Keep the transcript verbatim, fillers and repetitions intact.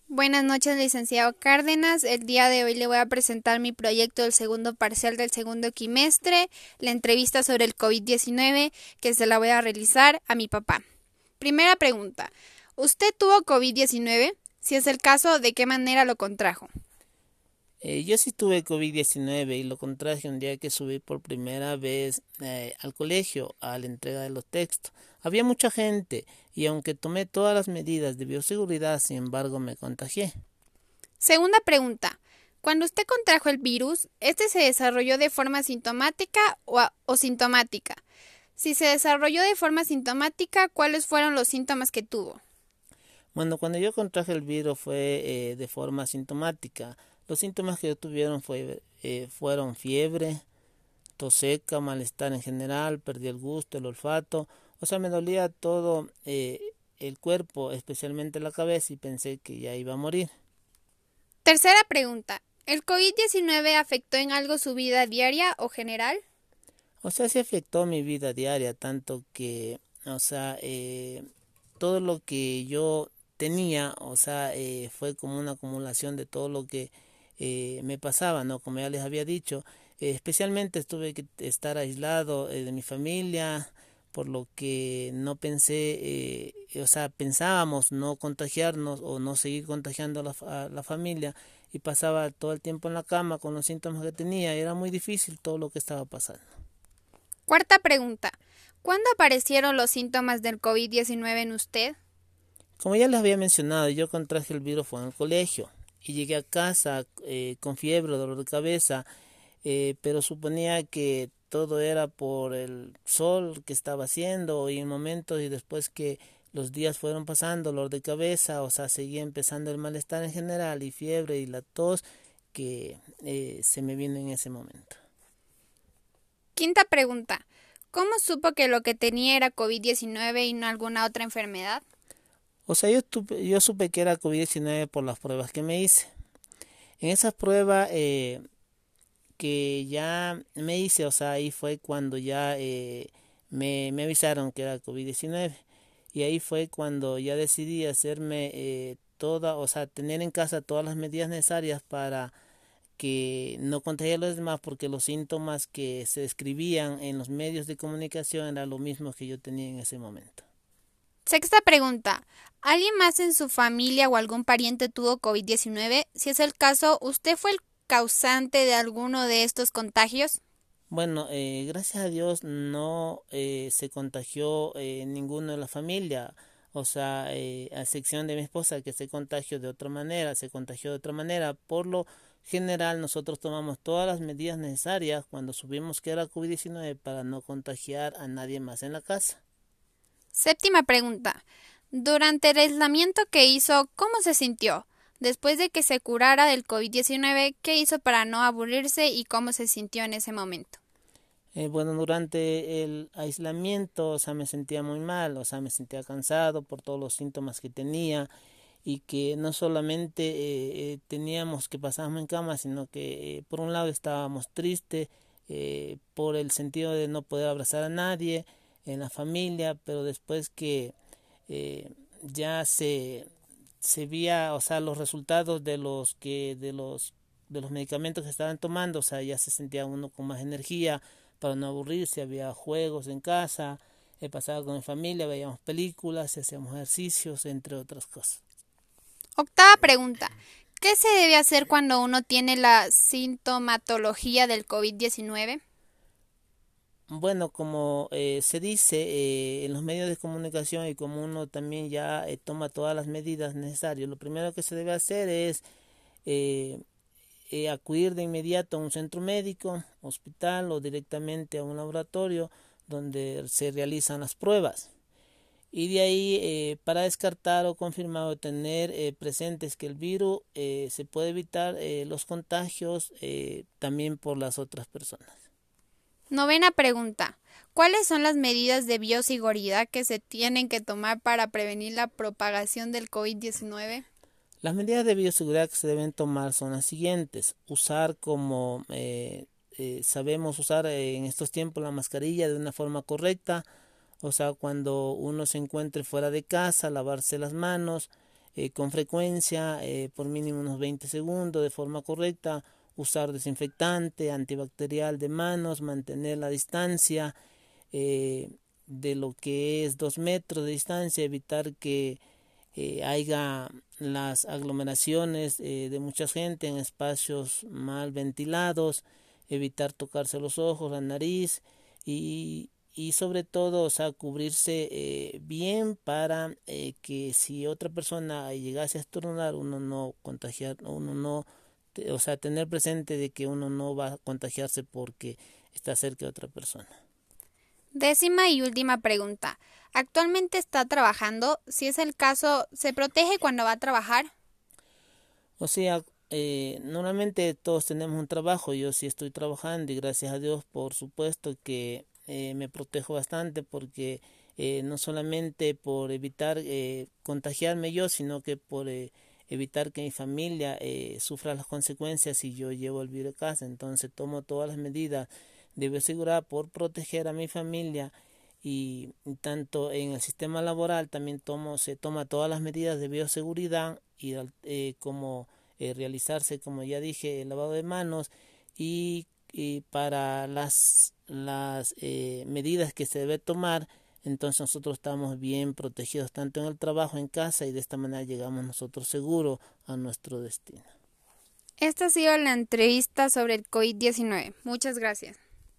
Buenas noches, licenciado Cárdenas. El día de hoy le voy a presentar mi proyecto del segundo parcial del segundo quimestre, la entrevista sobre el COVID diecinueve, que se la voy a realizar a mi papá. Primera pregunta. ¿Usted tuvo COVID diecinueve? Si es el caso, ¿de qué manera lo contrajo? Eh, yo sí tuve COVID diecinueve y lo contraje un día que subí por primera vez eh, al colegio a la entrega de los textos. Había mucha gente y aunque tomé todas las medidas de bioseguridad, sin embargo me contagié. Segunda pregunta. Cuando usted contrajo el virus, ¿este se desarrolló de forma sintomática o, a- o sintomática? Si se desarrolló de forma sintomática, ¿cuáles fueron los síntomas que tuvo? Bueno, cuando yo contraje el virus fue eh, de forma sintomática. Los síntomas que yo tuvieron fue, eh, fueron fiebre, tos seca, malestar en general, perdí el gusto, el olfato. O sea, me dolía todo eh, el cuerpo, especialmente la cabeza, y pensé que ya iba a morir. Tercera pregunta. ¿El COVID diecinueve afectó en algo su vida diaria o general? O sea, sí afectó mi vida diaria, tanto que, o sea, eh, todo lo que yo tenía, o sea, eh, fue como una acumulación de todo lo que eh, me pasaba, ¿no? Como ya les había dicho, eh, especialmente tuve que estar aislado eh, de mi familia, por lo que no pensé, eh, o sea, pensábamos no contagiarnos o no seguir contagiando a la, fa- a la familia y pasaba todo el tiempo en la cama con los síntomas que tenía y era muy difícil todo lo que estaba pasando. Cuarta pregunta. ¿Cuándo aparecieron los síntomas del COVID diecinueve en usted? Como ya les había mencionado, yo contraje el virus fue en el colegio y llegué a casa eh, con fiebre, dolor de cabeza, eh, pero suponía que todo era por el sol que estaba haciendo y en momentos y después que los días fueron pasando, dolor de cabeza, o sea, seguía empezando el malestar en general y fiebre y la tos que eh, se me vino en ese momento. Quinta pregunta. ¿Cómo supo que lo que tenía era COVID diecinueve y no alguna otra enfermedad? O sea, yo, tuve- yo supe que era COVID diecinueve por las pruebas que me hice. En esas pruebas eh, que ya me hice, o sea, ahí fue cuando ya eh, me, me avisaron que era COVID diecinueve y ahí fue cuando ya decidí hacerme eh, toda, o sea, tener en casa todas las medidas necesarias para que no contagie a los demás porque los síntomas que se describían en los medios de comunicación era lo mismo que yo tenía en ese momento. Sexta pregunta. ¿Alguien más en su familia o algún pariente tuvo COVID diecinueve? Si es el caso, ¿usted fue el causante de alguno de estos contagios? Bueno, eh, gracias a Dios no eh, se contagió eh, ninguno de la familia, o sea, eh, a excepción de mi esposa que se contagió de otra manera, se contagió de otra manera. Por lo general, nosotros tomamos todas las medidas necesarias cuando supimos que era COVID diecinueve para no contagiar a nadie más en la casa. Séptima pregunta. Durante el aislamiento que hizo, ¿cómo se sintió? Después de que se curara del COVID diecinueve, ¿qué hizo para no aburrirse y cómo se sintió en ese momento? Eh, bueno, durante el aislamiento, o sea, me sentía muy mal, o sea, me sentía cansado por todos los síntomas que tenía y que no solamente eh, eh, teníamos que pasarnos en cama, sino que eh, por un lado estábamos tristes eh, por el sentido de no poder abrazar a nadie en la familia, pero después que eh, ya se se veía, o sea, los resultados de los que de los de los medicamentos que estaban tomando, o sea, ya se sentía uno con más energía para no aburrirse, había juegos en casa, he pasado con mi familia, veíamos películas, hacíamos ejercicios, entre otras cosas. Octava pregunta. ¿Qué se debe hacer cuando uno tiene la sintomatología del COVID diecinueve? Bueno, como eh, se dice eh, en los medios de comunicación y como uno también ya eh, toma todas las medidas necesarias, lo primero que se debe hacer es eh, eh, acudir de inmediato a un centro médico, hospital o directamente a un laboratorio donde se realizan las pruebas. Y de ahí eh, para descartar o confirmar o tener eh, presentes que el virus eh, se puede evitar eh, los contagios eh, también por las otras personas. Novena pregunta. ¿Cuáles son las medidas de bioseguridad que se tienen que tomar para prevenir la propagación del COVID diecinueve? Las medidas de bioseguridad que se deben tomar son las siguientes. Usar como eh, eh, sabemos usar eh, en estos tiempos la mascarilla de una forma correcta. O sea, cuando uno se encuentre fuera de casa, lavarse las manos, eh, con frecuencia, eh, por mínimo unos veinte segundos, de forma correcta, usar desinfectante antibacterial de manos, mantener la distancia eh, de lo que es dos metros de distancia, evitar que eh, haya las aglomeraciones eh, de mucha gente en espacios mal ventilados, evitar tocarse los ojos, la nariz y, y sobre todo, o sea, cubrirse eh, bien para eh, que si otra persona llegase a estornudar, uno no contagiar, uno no, o sea, tener presente de que uno no va a contagiarse porque está cerca de otra persona. Décima y última pregunta. ¿Actualmente está trabajando? Si es el caso, ¿se protege cuando va a trabajar? O sea, eh, normalmente todos tenemos un trabajo, yo sí estoy trabajando y gracias a Dios, por supuesto que eh, me protejo bastante porque eh, no solamente por evitar eh, contagiarme yo, sino que por eh, evitar que mi familia eh, sufra las consecuencias si yo llevo el virus a casa. Entonces tomo todas las medidas de bioseguridad por proteger a mi familia y tanto en el sistema laboral también tomo, se toma todas las medidas de bioseguridad y eh, como eh, realizarse, como ya dije, el lavado de manos y, y para las, las eh, medidas que se debe tomar, entonces nosotros estamos bien protegidos tanto en el trabajo, en casa y de esta manera llegamos nosotros seguros a nuestro destino. Esta ha sido la entrevista sobre el COVID diecinueve. Muchas gracias.